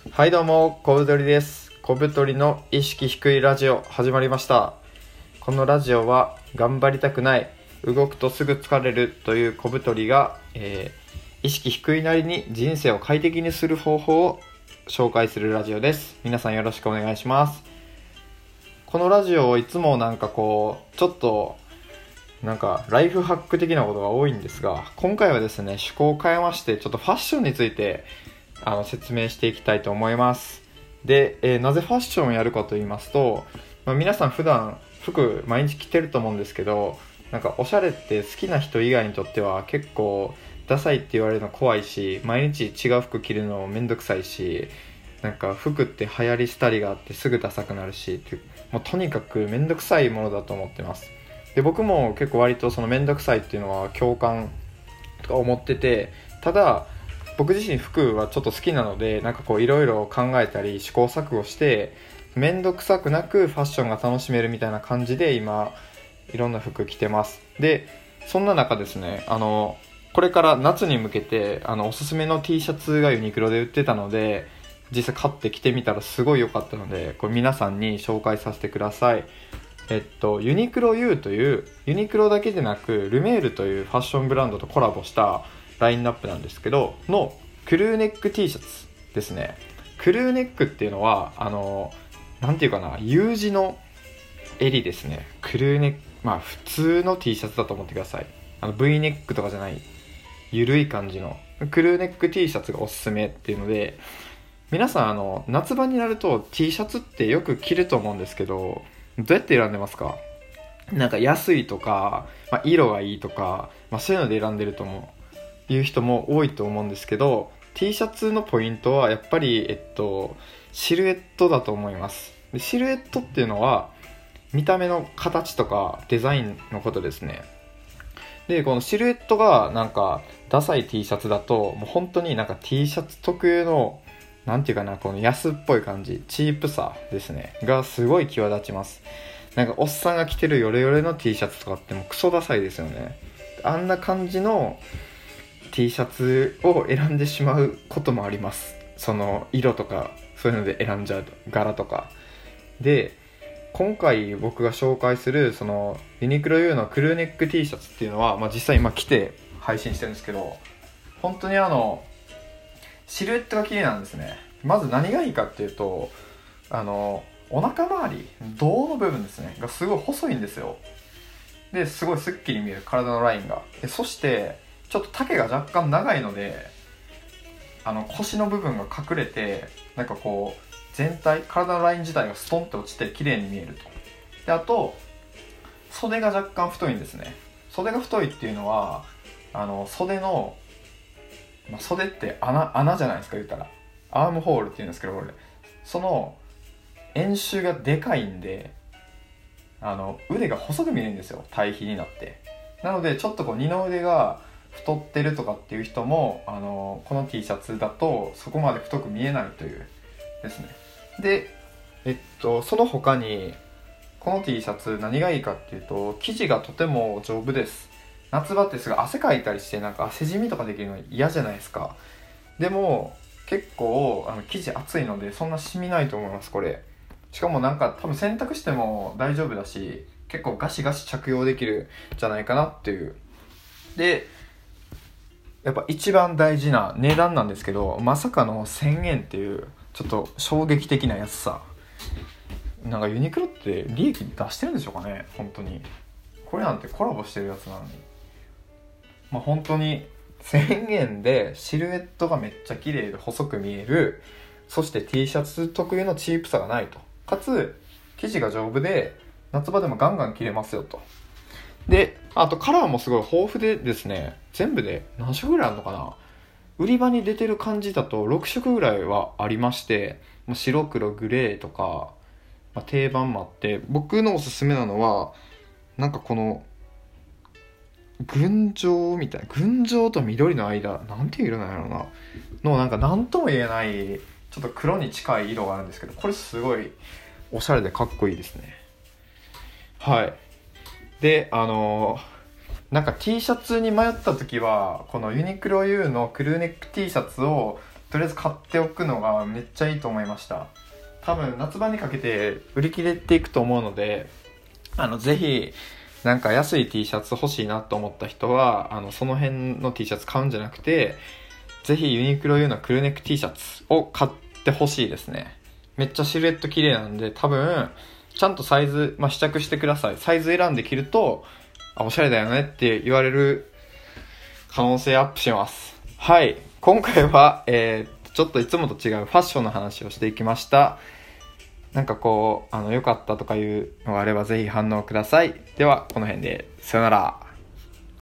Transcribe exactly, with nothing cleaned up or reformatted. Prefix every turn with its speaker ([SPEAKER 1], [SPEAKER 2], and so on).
[SPEAKER 1] はいどうも、小太りです。小太りの意識低いラジオ始まりました。このラジオは頑張りたくない、動くとすぐ疲れるという小太りが、えー、意識低いなりに人生を快適にする方法を紹介するラジオです。皆さんよろしくお願いします。このラジオをいつもなんかこう、ちょっとなんかライフハック的なことが多いんですが、今回はですね、趣向を変えまして、ちょっとファッションについてあの説明していきたいと思います。で、えー、なぜファッションをやるかと言いますと、まあ、皆さん普段服毎日着てると思うんですけど、なんかおしゃれって好きな人以外にとっては結構ダサいって言われるの怖いし、毎日違う服着るのめんどくさいし、なんか服って流行り廃りがあってすぐダサくなるし、もうとにかくめんどくさいものだと思ってます。で、僕も結構割とそのめんどくさいっていうのは共感とか思ってて、ただ僕自身服はちょっと好きなので、なんかこういろいろ考えたり試行錯誤してめんどくさくなくファッションが楽しめるみたいな感じで今いろんな服着てます。で、そんな中ですね、あのこれから夏に向けてあのおすすめの T シャツがユニクロで売ってたので、実際買って着てみたらすごい良かったので、これ皆さんに紹介させてください。えっと、ユニクロ U というユニクロだけでなくルメールというファッションブランドとコラボしたラインナップなんですけどのクルーネック T シャツですね。クルーネックっていうのはあのなんていうかな U 字の襟ですね。クルーネック、まあ普通の T シャツだと思ってください。あの V ネックとかじゃないゆるい感じのクルーネック T シャツがおすすめっていうので、皆さんあの夏場になると T シャツってよく着ると思うんですけど、どうやって選んでますか？なんか安いとか、まあ、色がいいとか、まあ、そういうので選んでると思ういう人も多いと思うんですけど、 T シャツのポイントはやっぱり、えっと、シルエットだと思います。でシルエットっていうのは見た目の形とかデザインのことですね。で、このシルエットがなんかダサい T シャツだと、もう本当になんか T シャツ特有のなんていうかな、この安っぽい感じ、チープさですねがすごい際立ちます。なんかおっさんが着てるヨレヨレの T シャツとかってもうクソダサいですよね。あんな感じの T シャツを選んでしまうこともあります。その色とかそういうので選んじゃうと、柄とかで。今回僕が紹介するそのユニクロ U のクルーネック T シャツっていうのは、まあ、実際今着て配信してるんですけど、本当にあのシルエットが綺麗なんですね。まず何がいいかっていうと、あのお腹周り、胴の部分ですねがすごい細いんですよ。で、すごいスッキリ見える体のラインが。で、そしてちょっと丈が若干長いので、あの腰の部分が隠れて、なんかこう全体、体のライン自体がストンって落ちて綺麗に見えると。で、あと袖が若干太いんですね。袖が太いっていうのは、あの袖の、まあ、袖って穴穴じゃないですか、言ったらアームホールっていうんですけど、これその円周がでかいんで、あの腕が細く見えるんですよ、対比になって。なのでちょっとこう二の腕が太ってるとかっていう人も、あのこの T シャツだとそこまで太く見えないというですね。で、えっとその他にこの T シャツ何がいいかっていうと、生地がとても丈夫です。夏場ってすぐ汗かいたりして、なんか汗じみとかできるの嫌じゃないですか。でも結構あの生地厚いのでそんな染みないと思います、これ。しかもなんか多分洗濯しても大丈夫だし、結構ガシガシ着用できるんじゃないかなっていう。で、やっぱ一番大事な値段なんですけど、まさかのせんえんっていうちょっと衝撃的な安さ。なんかユニクロって利益出してるんでしょうかね、本当に。これなんてコラボしてるやつなのに、まあ本当にせんえんでシルエットがめっちゃ綺麗で細く見える、そして T シャツ特有のチープさがないと、かつ生地が丈夫で夏場でもガンガン着れますよと。で、あとカラーもすごい豊富でですね、全部で何色ぐらいあるのかな。売り場に出てる感じだとろくしょくぐらいはありまして、白黒グレーとか、まあ、定番もあって、僕のおすすめなのはなんかこの群青みたいな、群青と緑の間、なんていう色なんやろうなの、なんか何とも言えないちょっと黒に近い色があるんですけど、これすごいおしゃれでかっこいいですね。はい。で、あのなんか T シャツに迷った時はこのユニクロ U のクルーネック T シャツをとりあえず買っておくのがめっちゃいいと思いました。多分夏場にかけて売り切れていくと思うので、あのぜひなんか安い T シャツ欲しいなと思った人はあのその辺の T シャツ買うんじゃなくて、ぜひユニクロ U のクルーネック T シャツを買ってほしいですね。めっちゃシルエット綺麗なんで、多分ちゃんとサイズ、まあ、試着してください。サイズ選んで着るとあおしゃれだよねって言われる可能性アップします。はい、今回は、えー、ちょっといつもと違うファッションの話をしていきました。なんかこうあの良かったとかいうのがあればぜひ反応ください。ではこの辺でさよなら。